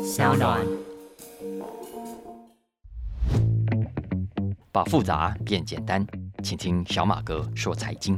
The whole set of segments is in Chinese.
小暖， 把复杂变简单，请听小马哥说财经。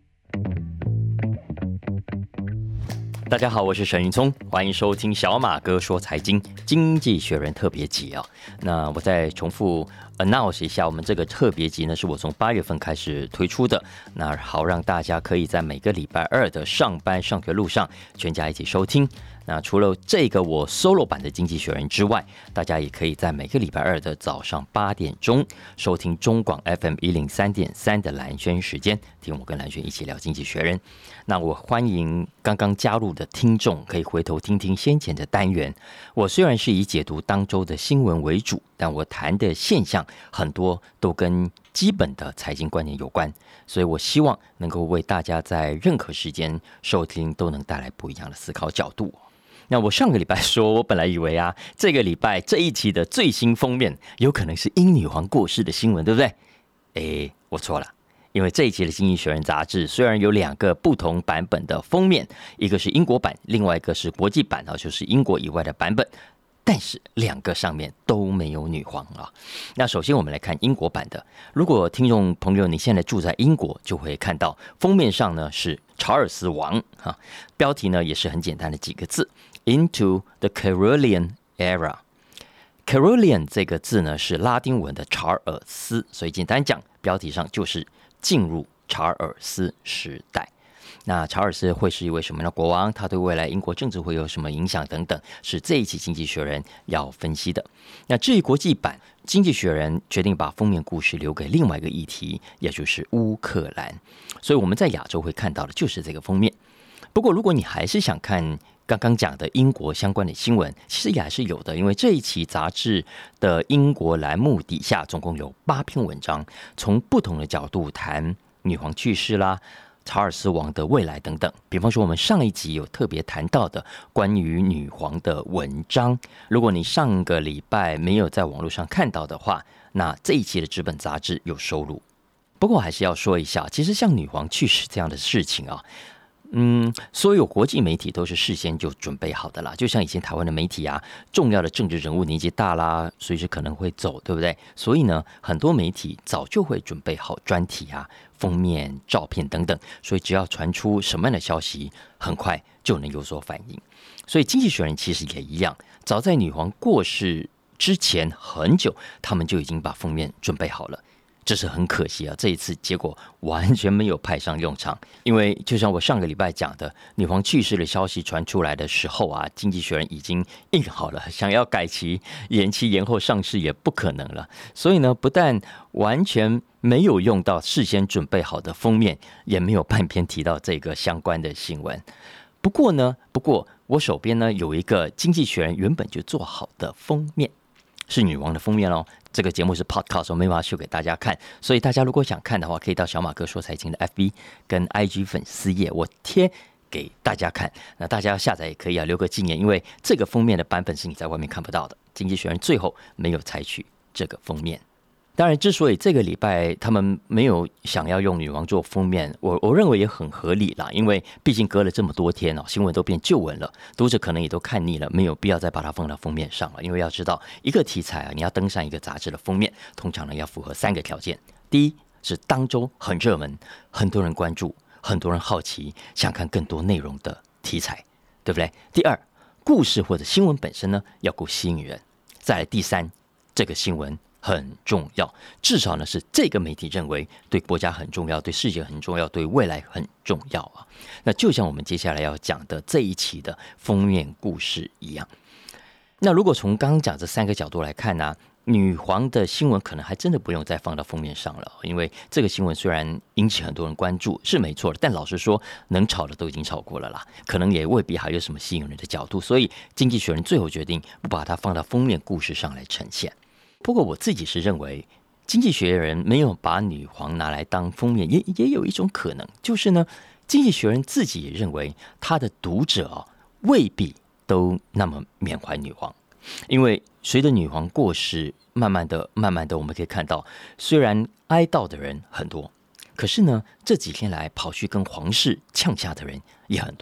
大家好，我是沈云聪，欢迎收听小马哥说财经经济学人特别集啊。那我再重复 announce 一下，我们这个特别集呢，是我从8月份开始推出的，那好让大家可以在每个礼拜二的上班上学路上全家一起收听。那除了这个我 solo 版的经济学人之外，大家也可以在每个礼拜二的早上8点钟收听中广 FM 103.3的蓝轩时间，听我跟蓝轩一起聊经济学人。那我欢迎刚刚加入的听众可以回头听听先前的单元。我虽然是以解读当周的新闻为主，但我谈的现象很多都跟基本的财经观念有关，所以我希望能够为大家在任何时间收听都能带来不一样的思考角度。那我上个礼拜说，我本来以为这个礼拜这一期的最新封面有可能是英女皇过世的新闻，对不对？我错了，因为这一期的《经济学人》杂志虽然有2个不同版本的封面，一个是英国版，另外一个是国际版，就是英国以外的版本，但是2个上面都没有女皇啊。那首先我们来看英国版的，如果听众朋友你现在住在英国，就会看到封面上呢是查尔斯王，标题呢也是很简单的几个字 Into the Carolingian Era。Carolingian 这个字呢是拉丁文的查尔斯，所以简单讲，标题上就是进入查尔斯时代。那查尔斯会是一位什么样的国王？他对未来英国政治会有什么影响等等，是这一期《经济学人》要分析的。那至于国际版，《经济学人》决定把封面故事留给另外一个议题，也就是乌克兰。所以我们在亚洲会看到的就是这个封面。不过如果你还是想看刚刚讲的英国相关的新闻，其实也还是有的，因为这一期杂志的英国栏目底下总共有8篇文章，从不同的角度谈女皇去世啦、查尔斯王的未来等等。比方说我们上一集有特别谈到的关于女皇的文章，如果你上个礼拜没有在网络上看到的话，那这一期的纸本杂志有收录。不过我还是要说一下，其实像女皇去世这样的事情所有国际媒体都是事先就准备好的啦，就像以前台湾的媒体重要的政治人物年纪大啦，随时可能会走，对不对？所以呢，很多媒体早就会准备好专题封面、照片等等，所以只要传出什么样的消息，很快就能有所反应。所以《经济学人》其实也一样，早在女皇过世之前很久，他们就已经把封面准备好了。这是很可惜这一次结果完全没有派上用场。因为就像我上个礼拜讲的，女皇去世的消息传出来的时候经济学人已经印好了，想要改期、延期、延后上市也不可能了。所以呢，不但完全没有用到事先准备好的封面，也没有半篇提到这个相关的新闻。不过我手边呢有一个经济学人原本就做好的封面，是女王的封面哦。这个节目是 podcast， 我没办法秀给大家看，所以大家如果想看的话，可以到小马哥说财经的 FB 跟 IG 粉丝页，我贴给大家看。那大家下载也可以留个纪念，因为这个封面的版本是你在外面看不到的。经济学人最后没有采取这个封面。当然，之所以这个礼拜他们没有想要用女王做封面，我认为也很合理啦，因为毕竟隔了这么多天新闻都变旧闻了，读者可能也都看腻了，没有必要再把它放到封面上了。因为要知道，一个题材你要登上一个杂志的封面，通常呢要符合3个条件：第一是当周很热门，很多人关注，很多人好奇，想看更多内容的题材，对不对？第二，故事或者新闻本身呢要够吸引人。再来第三，这个新闻很重要，至少呢是这个媒体认为对国家很重要，对世界很重要，对未来很重要那就像我们接下来要讲的这一期的封面故事一样。那如果从刚刚讲这3个角度来看女皇的新闻可能还真的不用再放到封面上了，因为这个新闻虽然引起很多人关注是没错的，但老实说能炒的都已经炒过了啦，可能也未必还有什么吸引人的角度，所以经济学人最后决定不把它放到封面故事上来呈现。不过我自己是认为，经济学人没有把女皇拿来当封面，也有一种可能，就是呢，经济学人自己也认为他的读者未必都那么缅怀女皇，因为随着女皇过世，慢慢的，我们可以看到，虽然哀悼的人很多，可是呢，这几天来跑去跟皇室呛下的人也很多。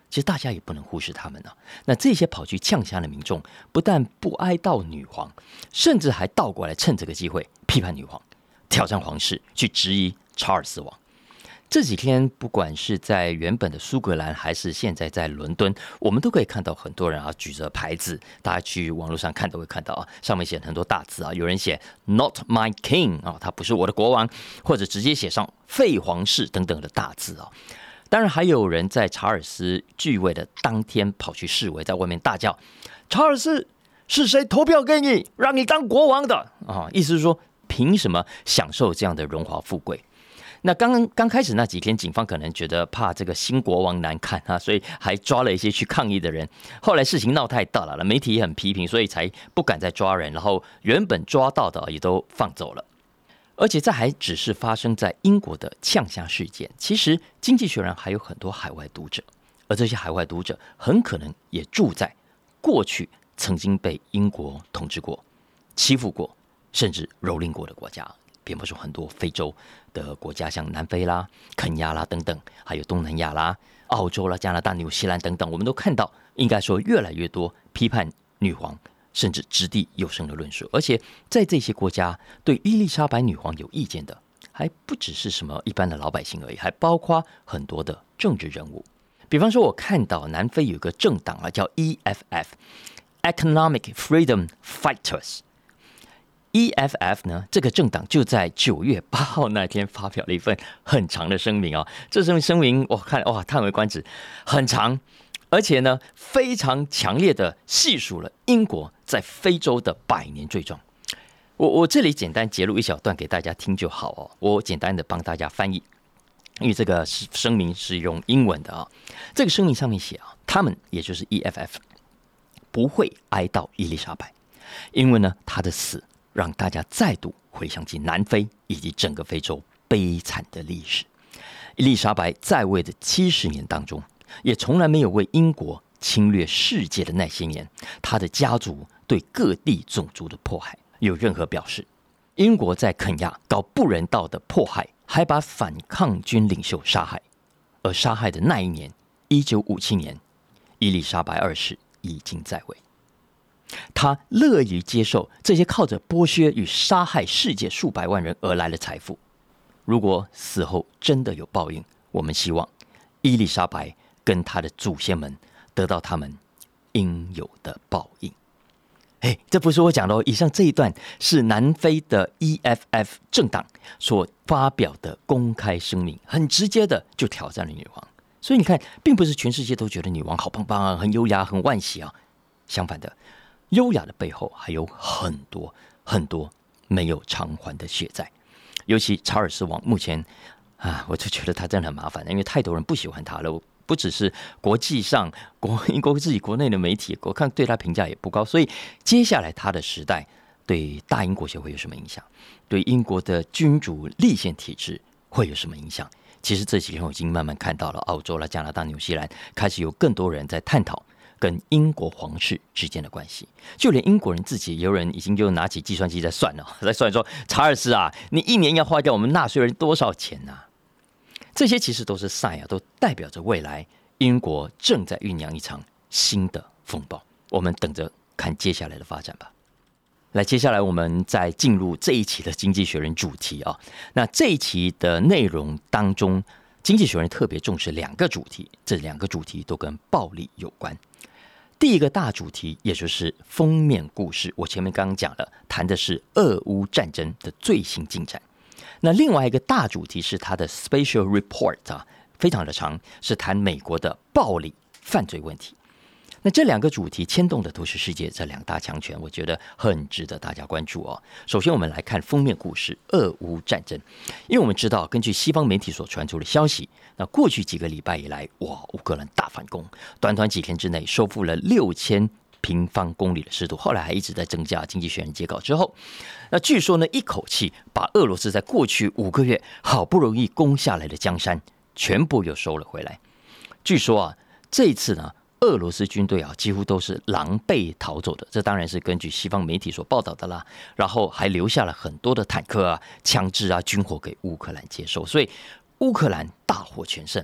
其实大家也不能忽视他们啊。那这些跑去呛虾的民众，不但不哀悼女皇，甚至还倒过来趁这个机会批判女皇，挑战皇室，去质疑查尔斯王。这几天，不管是在原本的苏格兰，还是现在在伦敦，我们都可以看到很多人举着牌子，大家去网络上看都会看到上面写很多大字有人写 "Not my king" 他不是我的国王，或者直接写上废皇室等等的大字当然，还有人在查尔斯继位的当天跑去示威，在外面大叫："查尔斯是谁投票给你，让你当国王的？"意思是说，凭什么享受这样的荣华富贵？那刚开始那几天，警方可能觉得怕这个新国王难看所以还抓了一些去抗议的人。后来事情闹太大了，媒体也很批评，所以才不敢再抓人。然后原本抓到的也都放走了。而且这还只是发生在英国的呛虾事件。其实《经济学人》还有很多海外读者，而这些海外读者很可能也住在过去曾经被英国统治过、欺负过，甚至蹂躏过的国家。比方说很多非洲的国家，像南非啦、肯亚啦等等，还有东南亚啦、澳洲啦、加拿大、纽西兰等等，我们都看到，应该说越来越多批判女皇甚至掷地有声的论述。而且在这些国家，对伊丽莎白女皇有意见的，还不只是什么一般的老百姓而已，还包括很多的政治人物。比方说，我看到南非有一个政党叫 EFF（Economic Freedom Fighters）。EFF 呢，这个政党就在9月8号那天发表了一份很长的声明这份声明我看叹为观止，很长，而且呢非常强烈的细数了英国在非洲的100年罪状。我这里简单截录一小段给大家听就好我简单的帮大家翻译，因为这个声明是用英文的这个声明上面写他们也就是 EFF 不会哀悼伊丽莎白，因为呢她的死让大家再度回想起南非以及整个非洲悲惨的历史。伊丽莎白在位的70年当中，也从来没有为英国侵略世界的那些年，她的家族对各地种族的迫害有任何表示。英国在肯亚搞不人道的迫害，还把反抗军领袖杀害，而杀害的那一年1957年，伊丽莎白2世已经在位。他乐于接受这些靠着剥削与杀害世界数百万人而来的财富。如果死后真的有报应，我们希望伊丽莎白跟她的祖先们得到他们应有的报应。这不是我讲的以上这一段是南非的 EFF 政党所发表的公开声明，很直接的就挑战了女王。所以你看，并不是全世界都觉得女王好棒棒很优雅、很惋惜相反的，优雅的背后还有很多很多没有偿还的血债。尤其查尔斯王目前我就觉得他真的很麻烦，因为太多人不喜欢他了，不只是国际上英国自己国内的媒体，我看对他评价也不高。所以接下来他的时代对大英国协会有什么影响，对英国的君主立宪体制会有什么影响？其实这几天我已经慢慢看到了，澳洲啦、加拿大、纽西兰开始有更多人在探讨跟英国皇室之间的关系。就连英国人自己也有人已经就拿起计算机在算了，在算说查尔斯你一年要花掉我们纳税人多少钱这些其实都是 sign 都代表着未来英国正在酝酿一场新的风暴。我们等着看接下来的发展吧。来，接下来我们再进入这一期的《经济学人》主题那这一期的内容当中，《经济学人》特别重视2个主题，这2个主题都跟暴力有关。第一个大主题，也就是封面故事，我前面刚刚讲了，谈的是俄乌战争的最新进展。那另外一个大主题是它的 Special Report 非常的长，是谈美国的暴力犯罪问题。那这2个主题牵动的都是世界这2大强权，我觉得很值得大家关注首先我们来看封面故事，俄乌战争。因为我们知道，根据西方媒体所传出的消息，那过去几个礼拜以来，乌克兰大反攻，短短几天之内收复了6000平方公里的湿度，后来还一直在增加。经济学人截稿之后，那据说呢，一口气把俄罗斯在过去5个月好不容易攻下来的江山全部又收了回来。据说这一次呢，俄罗斯军队几乎都是狼狈逃走的，这当然是根据西方媒体所报道的啦。然后还留下了很多的坦克枪支军火给乌克兰接收，所以乌克兰大获全胜。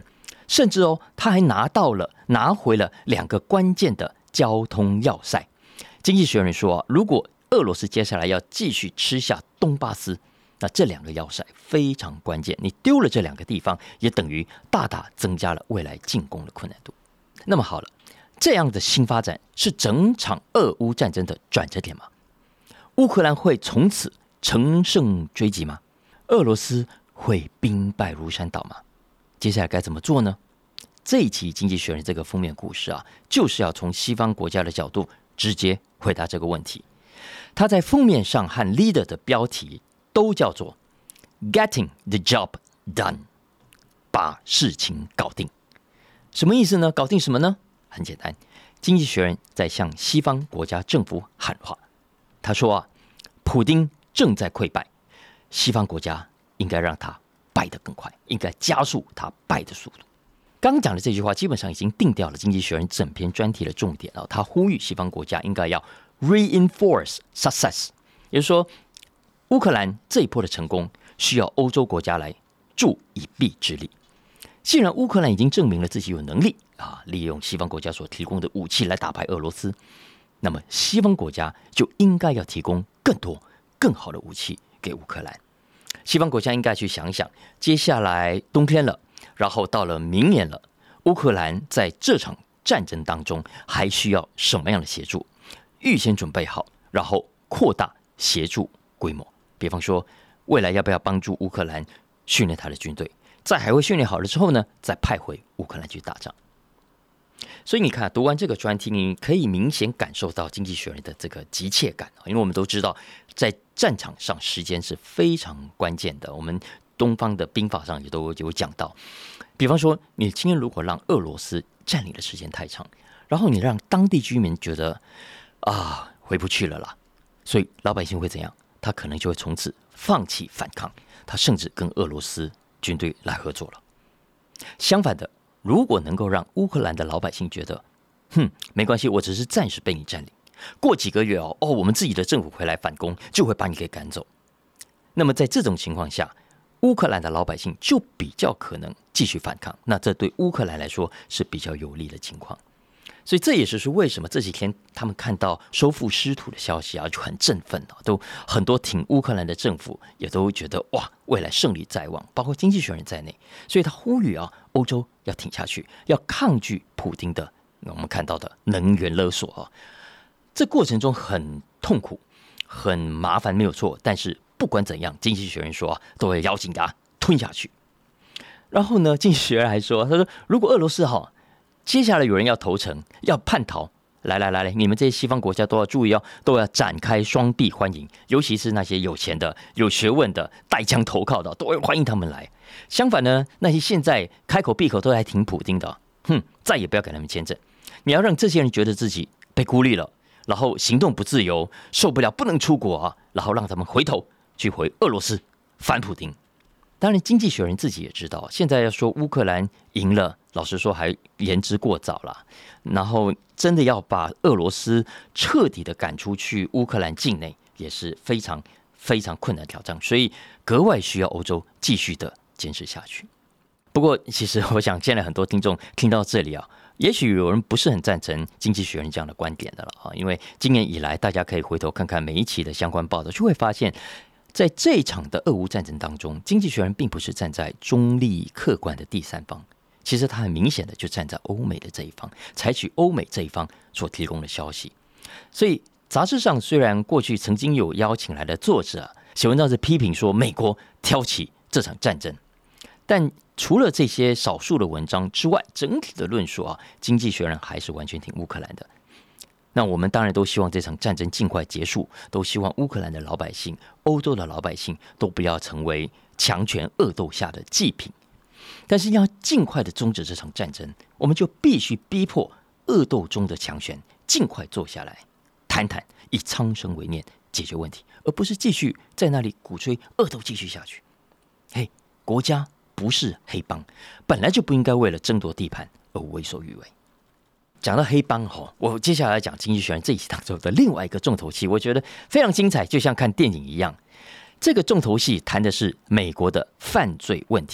甚至他还拿回了2个关键的交通要塞。经济学人说，如果俄罗斯接下来要继续吃下东巴斯，那这2个要塞非常关键，你丢了这2个地方，也等于大大增加了未来进攻的困难度。那么好了，这样的新发展是整场俄乌战争的转折点吗？乌克兰会从此乘胜追击吗？俄罗斯会兵败如山倒吗？接下来该怎么做呢？这一期《经济学人》这个封面故事就是要从西方国家的角度直接回答这个问题。它在封面上和 leader 的标题都叫做 Getting the job done， 把事情搞定。什么意思呢？搞定什么呢？很简单，经济学人在向西方国家政府喊话。他说普丁正在溃败，西方国家应该让他败得更快，应该加速他败的速度。刚讲的这句话基本上已经定掉了经济学人整篇专题的重点他呼吁西方国家应该要 reinforce success， 也就是说乌克兰这一波的成功需要欧洲国家来助一臂之力。既然乌克兰已经证明了自己有能力利用西方国家所提供的武器来打败俄罗斯，那么西方国家就应该要提供更多更好的武器给乌克兰。西方国家应该去想想，接下来冬天了，然后到了明年了，乌克兰在这场战争当中还需要什么样的协助，预先准备好，然后扩大协助规模。比方说未来要不要帮助乌克兰训练他的军队，在海外训练好了之后呢，再派回乌克兰去打仗。所以你看，读完这个专题，你可以明显感受到经济学人的这个急切感，因为我们都知道在战场上时间是非常关键的，我们东方的兵法上也都有讲到。比方说你今天如果让俄罗斯占领的时间太长，然后你让当地居民觉得回不去了啦，所以老百姓会怎样？他可能就会从此放弃反抗，他甚至跟俄罗斯军队来合作了。相反的，如果能够让乌克兰的老百姓觉得没关系，我只是暂时被你占领，过几个月我们自己的政府回来反攻，就会把你给赶走。那么在这种情况下，乌克兰的老百姓就比较可能继续反抗，那这对乌克兰来说是比较有利的情况。所以这也是为什么这几天他们看到收复失土的消息就很振奋，都很多挺乌克兰的政府也都觉得未来胜利在望，包括经济学人在内。所以他呼吁欧洲要挺下去，要抗拒普丁的我们看到的能源勒索这过程中很痛苦很麻烦没有错，但是不管怎样，经济学人说都会咬紧牙吞下去。然后呢，经济学人还说，他说如果俄罗斯接下来有人要投诚要叛逃，来，你们这些西方国家都要注意都要展开双臂欢迎，尤其是那些有钱的有学问的带枪投靠的，都要欢迎他们来。相反呢，那些现在开口闭口都在挺普丁的再也不要给他们签证。你要让这些人觉得自己被孤立了，然后行动不自由，受不了不能出国然后让他们回头去回俄罗斯反普丁。当然经济学人自己也知道，现在要说乌克兰赢了，老实说还言之过早了。然后真的要把俄罗斯彻底的赶出去乌克兰境内，也是非常非常困难的挑战，所以格外需要欧洲继续的坚持下去。不过其实我想现在很多听众听到这里也许有人不是很赞成经济学人这样的观点的了因为今年以来大家可以回头看看每一期的相关报道，就会发现在这一场的俄乌战争当中，经济学人并不是站在中立客观的第三方，其实他很明显的就站在欧美的这一方，采取欧美这一方所提供的消息。所以杂志上虽然过去曾经有邀请来的作者写文章是批评说美国挑起这场战争，但除了这些少数的文章之外，整体的论述经济学人还是完全挺乌克兰的。那我们当然都希望这场战争尽快结束，都希望乌克兰的老百姓、欧洲的老百姓都不要成为强权恶斗下的祭品。但是要尽快的终止这场战争，我们就必须逼迫恶斗中的强权尽快坐下来谈谈，以苍生为念解决问题，而不是继续在那里鼓吹恶斗继续下去。国家不是黑帮，本来就不应该为了争夺地盘而为所欲为。讲到黑帮我接下来讲经济学人这一期当中的另外一个重头戏，我觉得非常精彩，就像看电影一样。这个重头戏谈的是美国的犯罪问题。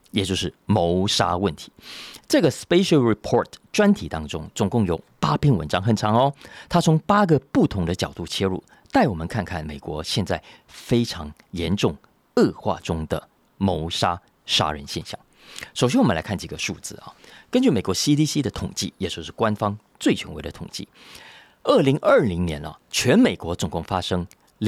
也就是谋杀问题。这个 Special Report 专题当中，总共有8篇文章，很长哦。它从8个不同的角度切入，带我们看看美国现在非常严重恶化中的谋杀杀人现象。首先，我们来看几个数字啊。根据美国 CDC 的统计，也就是官方最权威的统计，2020年啊，全美国总共发生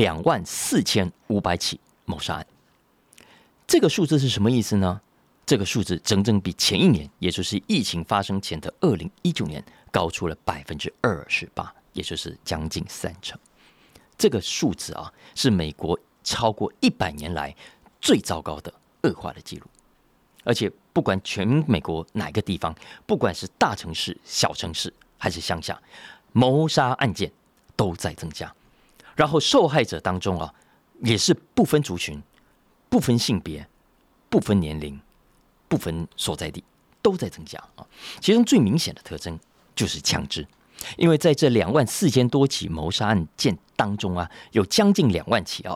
24500起谋杀案。这个数字是什么意思呢？这个数字整整比前一年，也就是疫情发生前的2019年高出了28%，也就是将近30%。这个数字啊，是美国超过100年来最糟糕的恶化的记录。而且不管全美国哪个地方，不管是大城市、小城市还是乡下，谋杀案件都在增加。然后受害者当中啊，也是不分族群、不分性别、不分年龄、不分所在地，都在增加啊。其中最明显的特征就是枪支，因为在这24000多起谋杀案件当中啊，有将近2万起啊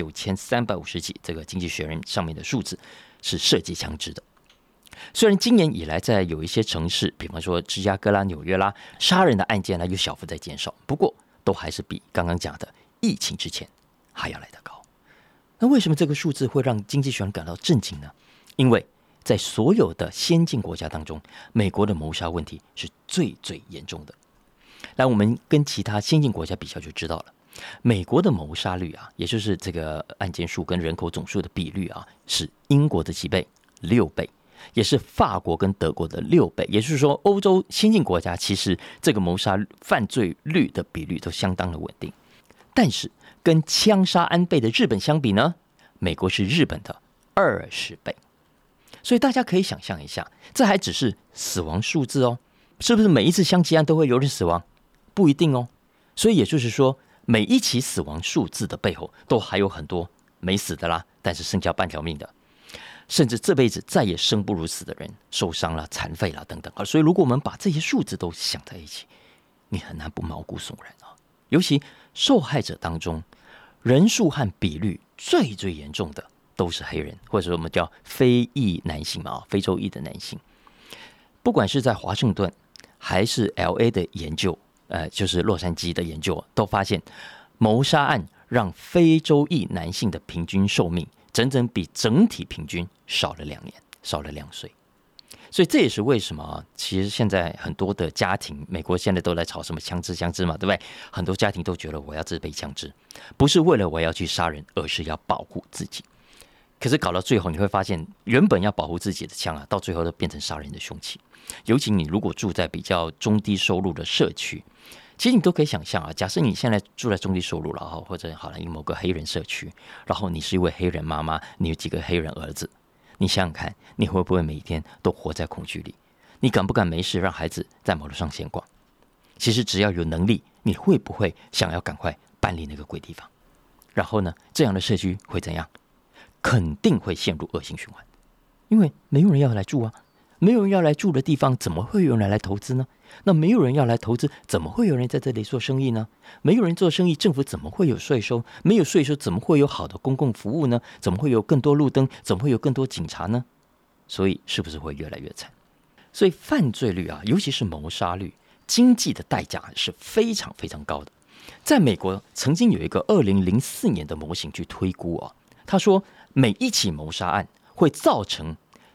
，19350起，这个《经济学人》上面的数字是涉及枪支的。虽然今年以来在有一些城市，比方说芝加哥啦、纽约啦，杀人的案件呢有小幅在减少，不过都还是比刚刚讲的疫情之前还要来得高。那为什么这个数字会让经济学人感到震惊呢？因为在所有的先进国家当中，美国的谋杀问题是最严重的。来，我们跟其他先进国家比较就知道了，美国的谋杀率啊，也就是这个案件数跟人口总数的比率啊，是英国的几倍？6倍，也是法国跟德国的6倍。也就是说，欧洲先进国家其实这个谋杀犯罪率的比率都相当的稳定。但是跟枪杀安倍的日本相比呢，美国是日本的20倍。所以大家可以想象一下，这还只是死亡数字哦，是不是每一次枪击案都会有人死亡？不一定哦。所以也就是说，每一起死亡数字的背后，都还有很多没死的啦，但是剩下半条命的，甚至这辈子再也生不如死的人，受伤了、残废了等等。所以如果我们把这些数字都想在一起，你很难不毛骨悚然啊。尤其受害者当中，人数和比率最严重的都是黑人，或者说我们叫非裔男性嘛，非洲裔的男性。不管是在华盛顿还是 LA 的研究，就是洛杉矶的研究，都发现谋杀案让非洲裔男性的平均寿命整整比整体平均少了2年，少了2岁。所以这也是为什么其实现在很多的家庭，美国现在都在吵什么枪支嘛，对不对？很多家庭都觉得我要自备枪支，不是为了我要去杀人，而是要保护自己。可是搞到最后，你会发现，原本要保护自己的枪啊，到最后都变成杀人的凶器。尤其你如果住在比较中低收入的社区，其实你都可以想象啊，假设你现在住在中低收入了，或者好了某个黑人社区，然后你是一位黑人妈妈，你有几个黑人儿子，你想想看，你会不会每一天都活在恐惧里？你敢不敢没事让孩子在马路上闲逛？其实只要有能力，你会不会想要赶快搬离那个鬼地方？然后呢，这样的社区会怎样？肯定会陷入恶性循环，因为没有人要来住啊，没有人要来住的地方，怎么会有人来投资呢？那没有人要来投资，怎么会有人在这里做生意呢？没有人做生意，政府怎么会有税收？没有税收，怎么会有好的公共服务呢？怎么会有更多路灯？怎么会有更多警察呢？所以是不是会越来越惨？所以犯罪率啊，尤其是谋杀率，经济的代价是非常高的。在美国曾经有一个2004年的模型去推估啊，他说每一起谋杀案会造成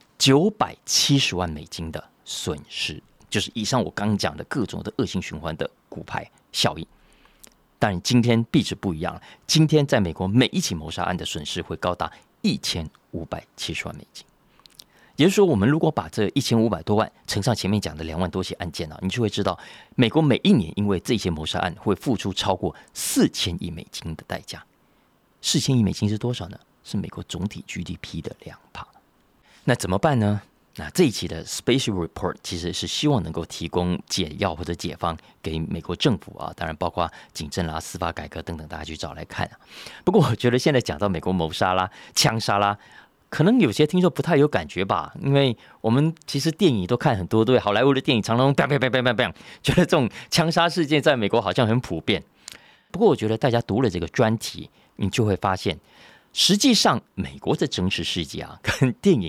970万美金的损失，就是以上我刚刚讲的各种的恶性循环的骨牌效应。当然今天币值不一样了，今天在美国每一起谋杀案的损失会高达1570万美金。也就是说，我们如果把这1500多万乘上前面讲的2万多起案件啊，你就会知道，美国每一年因为这些谋杀案会付出超过4000亿美金的代价。4000亿美金是多少呢？是美国总体 GDP 的2%。那怎么办呢？那这一期的 Special Report 其实是希望能够提供解药或者解方给美国政府啊，当然包括警政啦、司法改革等等，大家去找来看啊。不过我觉得现在讲到美国谋杀啦、枪杀啦，可能有些听众不太有感觉吧，因为我们其实电影都看很多，对，好莱坞的电影常常砰，觉得这种枪杀事件在美国好像很普遍。不过我觉得大家读了这个专题，你就会发现，实际上美国的真实世界啊，跟电影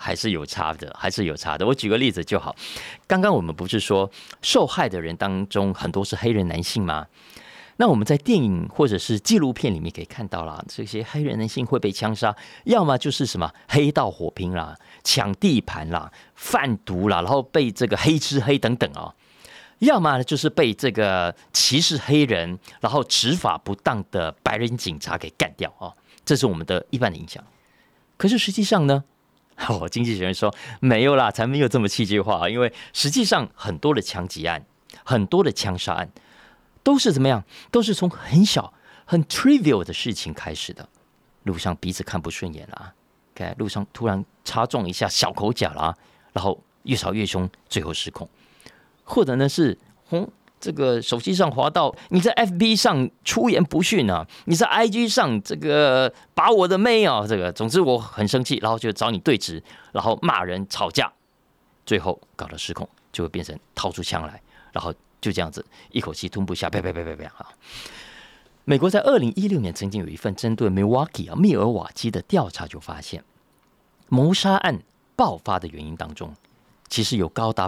还是有差的，还是有差的。我举个例子就好，刚刚我们不是说受害的人当中很多是黑人男性吗？那我们在电影或者是纪录片里面可以看到啦，这些黑人男性会被枪杀，要么就是什么黑道火拼啦、抢地盘啦、贩毒啦，然后被这个黑吃黑等等啊。要么呢，就是被这个歧视黑人，然后执法不当的白人警察给干掉啊，这是我们的一般的印象。可是实际上呢，经济学人说没有啦，才没有这么戏剧化，因为实际上很多的枪击案、很多的枪杀案，都是怎么样？都是从很小、很 trivial 的事情开始的。路上彼此看不顺眼啦，路上突然擦撞一下小口角啦，然后越吵越凶，最后失控。或者呢是这个手机上滑到你在 FB 上出言不逊啊，你在 IG 上这个把我的妹啊，这个总之我很生气，然后就找你对质，然后骂人吵架，最后搞得失控，就会变成掏出枪来，然后就这样子一口气吞不下，啪啪啪啪啪啊！美国在2016年曾经有一份针对 Milwaukee 密尔瓦基的调查，就发现谋杀案爆发的原因当中，其实有高达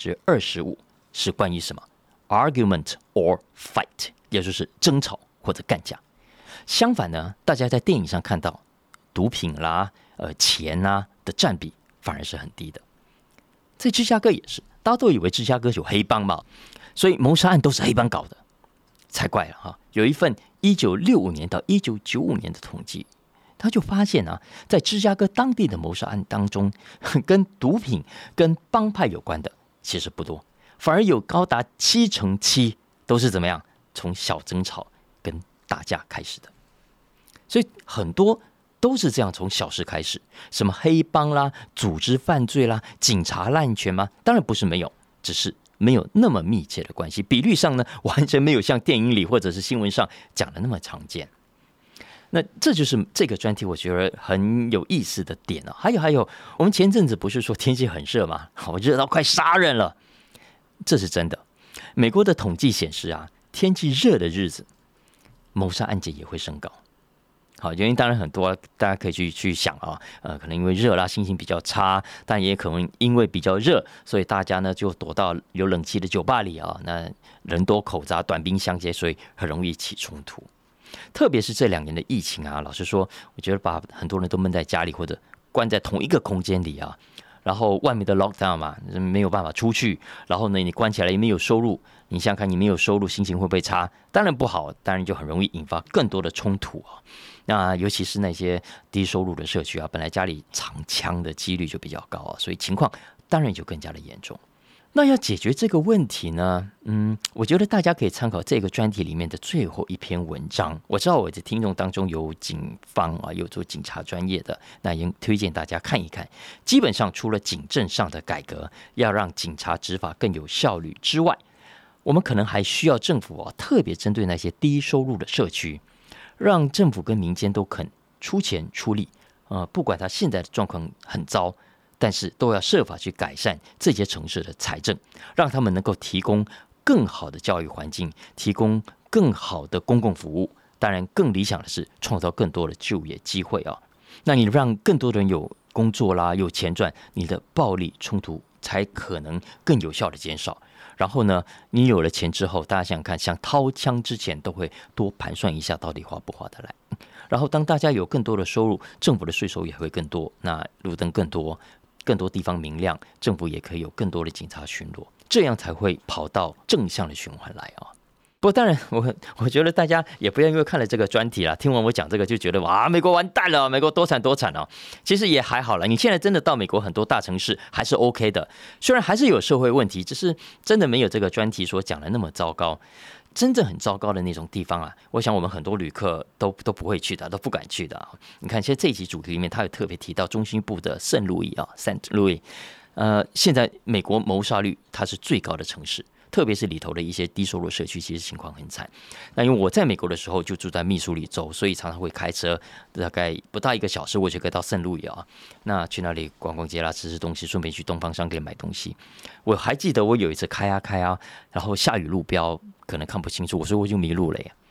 25%是关于什么 argument or fight， 也就是争吵或者干架。相反呢，大家在电影上看到毒品啦、钱啦的占比反而是很低的。在芝加哥也是，大家都以为芝加哥有黑帮嘛，所以谋杀案都是黑帮搞的，才怪了哈！有一份1965年到1995年的统计，他就发现啊，在芝加哥当地的谋杀案当中，跟毒品、跟帮派有关的其实不多，反而有高达7%都是怎么样？从小争吵跟打架开始的。所以很多都是这样，从小事开始，什么黑帮啦、组织犯罪啦、警察滥权吗？当然不是没有，只是没有那么密切的关系，比率上呢，完全没有像电影里或者是新闻上讲的那么常见。那这就是这个专题我觉得很有意思的点啊。还有，我们前阵子不是说天气很热吗？热到快杀人了，这是真的。美国的统计显示啊，天气热的日子，谋杀案件也会升高。好，原因当然很多，大家可以去想啊，可能因为热啦，心情比较差，但也可能因为比较热，所以大家呢就躲到有冷气的酒吧里啊，那人多口杂，短兵相接，所以很容易起冲突。特别是这2年的疫情啊，老实说，我觉得把很多人都闷在家里或者关在同一个空间里啊，然后外面的 lockdown 嘛，没有办法出去，然后呢，你关起来也没有收入，你想想看，你没有收入，心情会不会差？当然不好，当然就很容易引发更多的冲突啊。那尤其是那些低收入的社区啊，本来家里藏枪的几率就比较高啊，所以情况当然就更加的严重。那要解决这个问题呢，我觉得大家可以参考这个专题里面的最后一篇文章。我知道我的听众当中有警方啊，有做警察专业的，那也推荐大家看一看。基本上除了警政上的改革，要让警察执法更有效率之外，我们可能还需要政府特别针对那些低收入的社区，让政府跟民间都肯出钱出力，不管他现在的状况很糟，但是都要设法去改善这些城市的财政，让他们能够提供更好的教育环境，提供更好的公共服务。当然，更理想的是创造更多的就业机会啊。那你让更多人有工作啦，有钱赚，你的暴力冲突才可能更有效的减少。然后呢，你有了钱之后，大家想想看，想掏枪之前都会多盘算一下，到底划不划得来。然后当大家有更多的收入，政府的税收也会更多，那路灯更多，更多地方明亮，政府也可以有更多的警察巡逻，这样才会跑到正向的循环来啊。不过当然我觉得大家也不要因为看了这个专题啦，听完我讲这个就觉得哇，美国完蛋了，美国多惨多惨啊。其实也还好了，你现在真的到美国很多大城市还是 OK 的，虽然还是有社会问题，只是真的没有这个专题所讲的那么糟糕。真正很糟糕的那种地方啊，我想我们很多旅客都不会去的，都不敢去的啊。你看，现在这一集主题里面，他有特别提到中西部的圣路易啊 ，Saint Louis，现在美国谋杀率它是最高的城市。特别是里头的一些低收入社区，其实情况很惨。那因为我在美国的时候就住在密苏里州，所以常常会开车，大概不到1个小时，我就可以到圣路易啊。那去那里逛逛街啦，吃吃东西，顺便去东方商店买东西。我还记得我有一次开啊，然后下雨路标可能看不清楚，所以我就迷路了呀。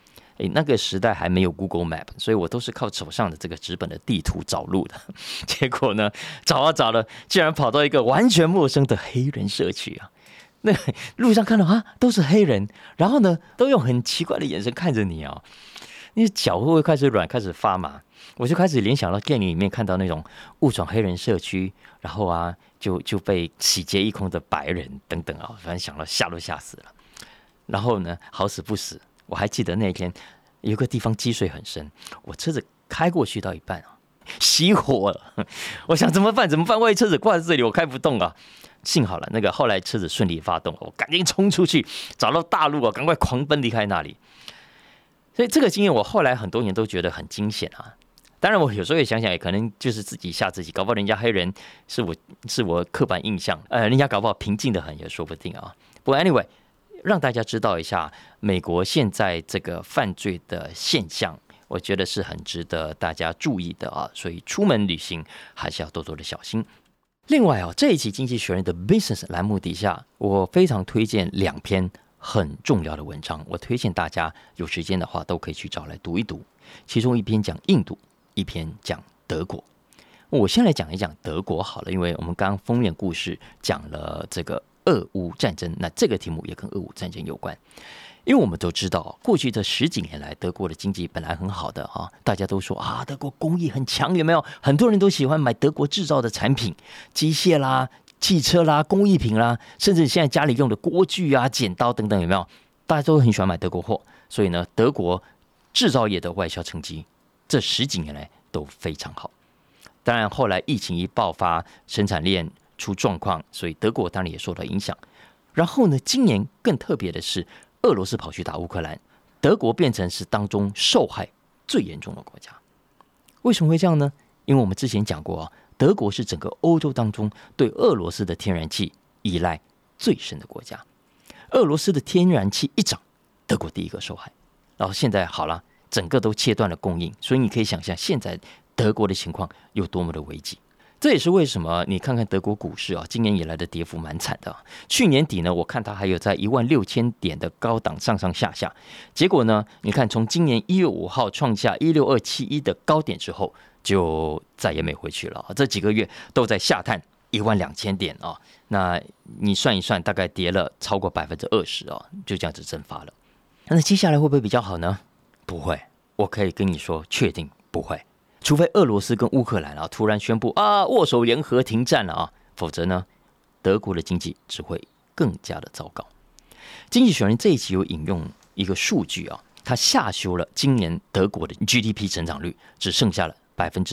那个时代还没有 Google Map， 所以我都是靠手上的这个纸本的地图找路的。结果呢，找啊找了，竟然跑到一个完全陌生的黑人社区啊！那路上看到啊，都是黑人，然后呢，都用很奇怪的眼神看着你啊，你脚会不会开始软，开始发麻？我就开始联想到电影里面看到那种误闯黑人社区，然后啊就被洗劫一空的白人等等啊，反正想到吓都吓死了。然后呢，好死不死，我还记得那天有个地方积水很深，我车子开过去到一半啊，熄火了。我想怎么办？万一车子挂在这里，我开不动啊！幸好了，那个后来车子顺利发动，我赶紧冲出去，找到大路啊，赶快狂奔离开那里。所以这个经验，我后来很多年都觉得很惊险啊。当然，我有时候也想想，也可能就是自己吓自己，搞不好人家黑人是我刻板印象，人家搞不好平静的很也说不定啊。不过 anyway， 让大家知道一下美国现在这个犯罪的现象，我觉得是很值得大家注意的啊。所以出门旅行还是要多多的小心。另外啊，这一期《经济学人》的 Business 栏目底下，我非常推荐2篇很重要的文章，我推荐大家有时间的话都可以去找来读一读。其中一篇讲印度，一篇讲德国。我先来讲一讲德国好了，因为我们刚刚封面故事讲了这个俄乌战争，那这个题目也跟俄乌战争有关。因为我们都知道，过去这10几年来，德国的经济本来很好的啊，大家都说啊，德国工艺很强，有没有？很多人都喜欢买德国制造的产品，机械啦、汽车啦、工艺品啦，甚至现在家里用的锅具啊、剪刀等等，有没有？大家都很喜欢买德国货，所以呢，德国制造业的外销成绩这10几年来都非常好。当然，后来疫情一爆发，生产链出状况，所以德国当然也受到影响。然后呢，今年更特别的是，俄罗斯跑去打乌克兰，德国变成是当中受害最严重的国家。为什么会这样呢？因为我们之前讲过啊，德国是整个欧洲当中对俄罗斯的天然气依赖最深的国家。俄罗斯的天然气一涨，德国第一个受害。然后现在好了，整个都切断了供应，所以你可以想象现在德国的情况有多么的危急。这也是为什么你看看德国股市啊，今年以来的跌幅蛮惨的啊。去年底呢，我看它还有在16000点的高档上上下下，结果呢，你看从今年1月5号创下16271的高点之后，就再也没回去了。这几个月都在下探12000点啊。那你算一算，大概跌了超过20%啊，就这样子蒸发了。那接下来会不会比较好呢？不会，我可以跟你说，确定不会。除非俄罗斯跟乌克兰啊突然宣布啊握手言和停战了啊，否则呢，德国的经济只会更加的糟糕。经济学人这一期有引用一个数据啊，他下修了今年德国的 GDP 成长率，只剩下了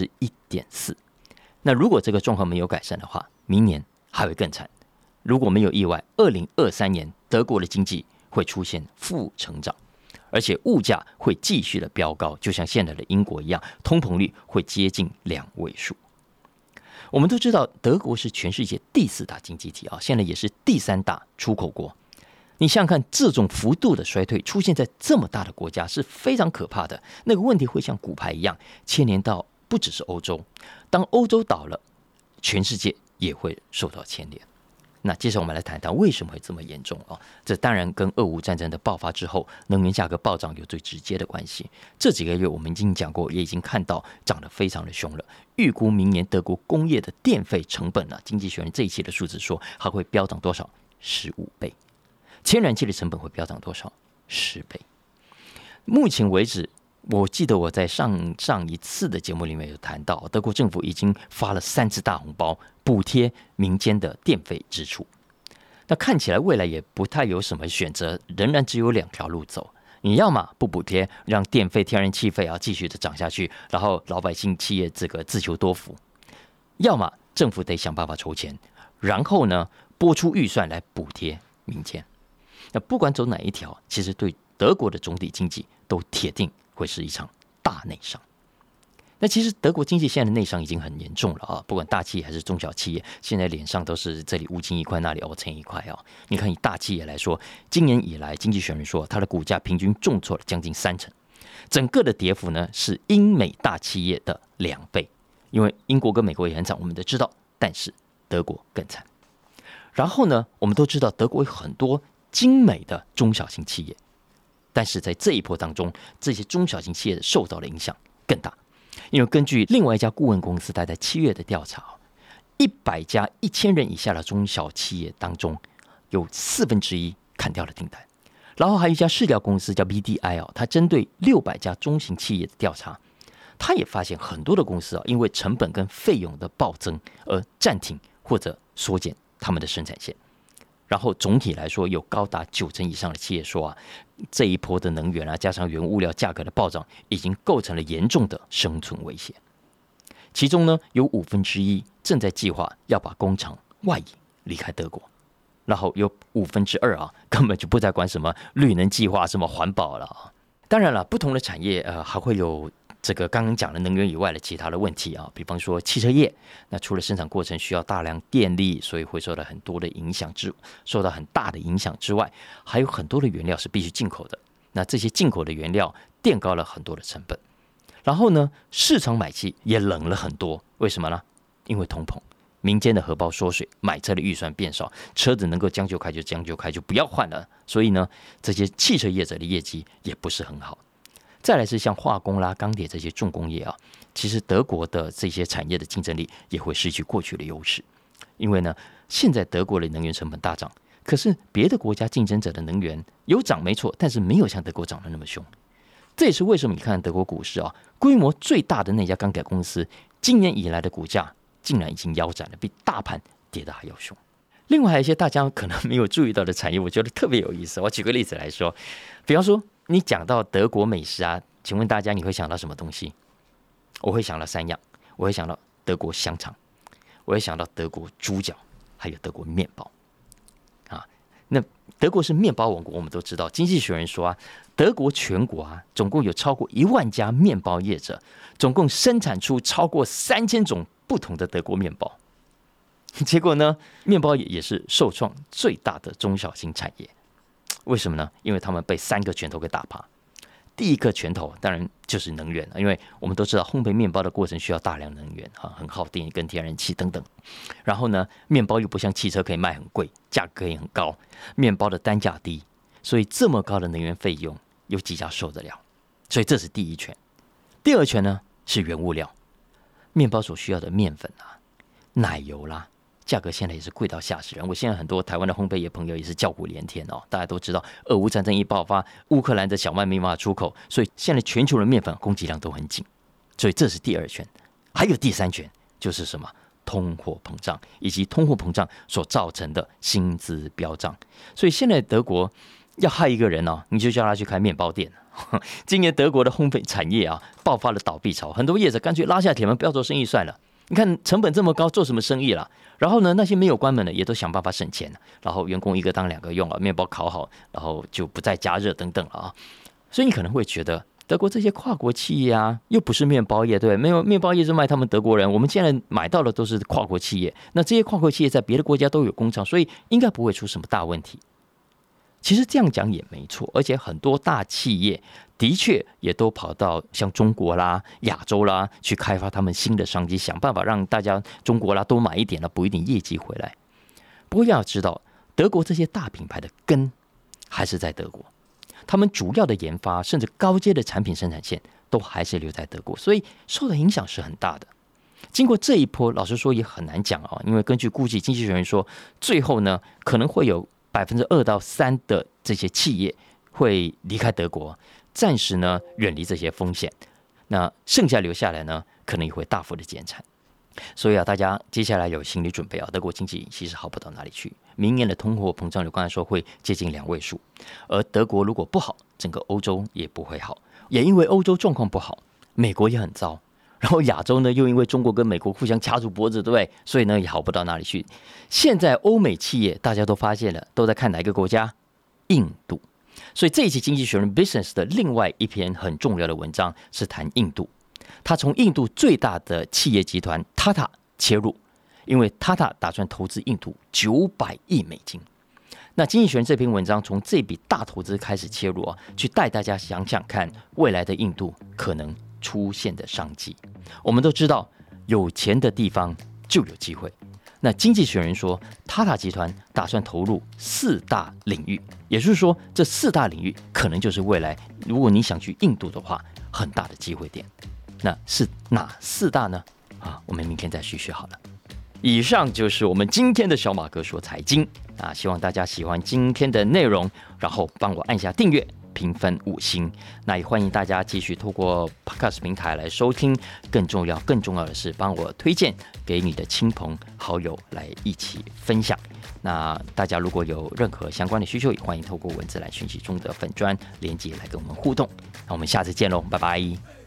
1.4%。那如果这个状况没有改善的话，明年还会更惨。如果没有意外，2023年德国的经济会出现负成长。而且物价会继续的飙高，就像现在的英国一样，通膨率会接近2位数。我们都知道，德国是全世界第4大经济体啊，现在也是第3大出口国。你想想看，这种幅度的衰退出现在这么大的国家是非常可怕的。那个问题会像骨牌一样牵连到不只是欧洲，当欧洲倒了，全世界也会受到牵连。那接着我们来谈谈为什么会这么严重啊？这当然跟俄乌战争的爆发之后，能源价格暴涨有最直接的关系。这几个月我们已经讲过，也已经看到涨得非常的凶了。预估明年德国工业的电费成本经济学人这一期的数字说，它会飙涨多少？15倍。天然气的成本会飙涨多少？10倍。目前为止，我记得我在上一次的节目里面有谈到，德国政府已经发了3次大红包，补贴民间的电费支出。那看起来未来也不太有什么选择，仍然只有2条路走。你要么不补贴，让电费、天然气费继续的涨下去，然后老百姓企业这个自求多福；要么政府得想办法筹钱，然后呢拨出预算来补贴民间。那不管走哪一条，其实对德国的总体经济都铁定会是一场大内伤。那其实德国经济现在的内伤已经很严重了啊，不管大企业还是中小企业，现在脸上都是这里乌青一块，那里凹成一块啊。你看以大企业来说，今年以来，经济学人说它的股价平均重挫了将近30%，整个的跌幅呢是英美大企业的2倍。因为英国跟美国也很惨，我们都知道，但是德国更惨。然后呢，我们都知道德国有很多精美的中小型企业， 但是在这一波当中，这些中小型企业受到的影响更大，因为根据另外一家顾问公司，他在7月的调查，100家1000人以下的中小企业当中，有1/4砍掉了订单。然后还有一家市调公司叫 BDI 它针对600家中型企业的调查，他也发现很多的公司因为成本跟费用的暴增而暂停或者缩减他们的生产线。然后总体来说，有高达90%以上的企业说这一波的能源加上原物料价格的暴涨，已经构成了严重的生存威胁。其中呢，有1/5正在计划要把工厂外移离开德国，然后有2%根本就不再管什么绿能计划、什么环保了。当然了，不同的产业还会有这个刚刚讲的能源以外的其他的问题比方说汽车业，那除了生产过程需要大量电力，所以会受到很多的影响受到很大的影响之外，还有很多的原料是必须进口的。那这些进口的原料垫高了很多的成本，然后呢，市场买气也冷了很多。为什么呢？因为通膨。民间的荷包缩水，买车的预算变少，车子能够将就开就将就开，就不要换了。所以呢，这些汽车业者的业绩也不是很好。再来是像化工啦、钢铁这些重工业其实德国的这些产业的竞争力也会失去过去的优势。因为呢，现在德国的能源成本大涨，可是别的国家竞争者的能源有涨没错，但是没有像德国涨得那么凶。这也是为什么你看德国股市规模最大的那家钢铁公司，今年以来的股价竟然已经腰斩了，比大盘跌得还要凶。另外还有一些大家可能没有注意到的产业，我觉得特别有意思。我举个例子来说，比方说你讲到德国美食请问大家你会想到什么东西？我会想到3样，我会想到德国香肠，我会想到德国猪脚，还有德国面包。那德国是面包王国，我们都知道。经济学人说德国全国总共有超过1万家面包业者，总共生产出超过3000种不同的德国面包。结果呢，面包也是受创最大的中小型产业。为什么呢？因为他们被3个拳头给打趴。第一个拳头当然就是能源，因为我们都知道烘焙面包的过程需要大量能源，很耗电跟天然气等等。然后呢，面包又不像汽车可以卖很贵，价格也很高，面包的单价低，所以这么高的能源费用有几家受得了？所以这是第一拳。第二拳呢是原物料，面包所需要的面粉奶油啦，价格现在也是贵到吓死人。我现在很多台湾的烘焙业朋友也是叫苦连天大家都知道，俄乌战争一爆发，乌克兰的小麦没办法出口，所以现在全球的面粉供给量都很紧。所以这是第二拳。还有第3拳，就是什么？通货膨胀，以及通货膨胀所造成的薪资飙涨。所以现在德国要害一个人你就叫他去开面包店。今年德国的烘焙产业爆发了倒闭潮，很多业者干脆拉下铁门，不要做生意算了。你看成本这么高，做什么生意啦？然后呢，那些没有关门的也都想办法省钱，然后员工1个当2个用面包烤好，然后就不再加热等等了所以你可能会觉得，德国这些跨国企业又不是面包业，对，没有面包业是卖他们德国人，我们现在买到的都是跨国企业。那这些跨国企业在别的国家都有工厂，所以应该不会出什么大问题。其实这样讲也没错，而且很多大企业的确也都跑到像中国啦、亚洲啦去开发他们新的商机，想办法让大家中国啦多买一点补一点业绩回来。不过要知道，德国这些大品牌的根还是在德国，他们主要的研发甚至高阶的产品生产线都还是留在德国，所以受的影响是很大的。经过这一波，老实说也很难讲因为根据估计，经济学人说，最后呢可能会有2%到3%的这些企业会离开德国，暂时呢远离这些风险。那剩下留下来呢，可能也会大幅的减产。所以大家接下来有心理准备德国经济其实好不到哪里去。明年的通货膨胀，我刚才说会接近2位数，而德国如果不好，整个欧洲也不会好。也因为欧洲状况不好，美国也很糟。然后亚洲呢，又因为中国跟美国互相掐住脖子，对不对？所以呢，也好不到哪里去。现在欧美企业大家都发现了，都在看哪一个国家？印度。所以这一期《经济学人》Business 的另外一篇很重要的文章是谈印度。他从印度最大的企业集团 Tata 切入，因为 Tata 打算投资印度900亿美金。那《经济学人》这篇文章从这笔大投资开始切入去带大家想想看未来的印度可能出现的商机。我们都知道，有钱的地方就有机会。 那经济学人说，塔塔集团打算投入4大领域，也就是说，这4大领域可能就是未来如果你想去印度的话，很大的机会点。那是哪4大呢？我们明天再续续好了。以上就是我们今天的小马哥说财经希望大家喜欢今天的内容，然后帮我按下订阅、评分5星。那也欢迎大家继续透过 Podcast 平台来收听，更重要的是帮我推荐给你的亲朋好友来一起分享。那大家如果有任何相关的需求，也欢迎透过文字来讯息中的粉专连结来跟我们互动。那我们下次见喽，拜拜。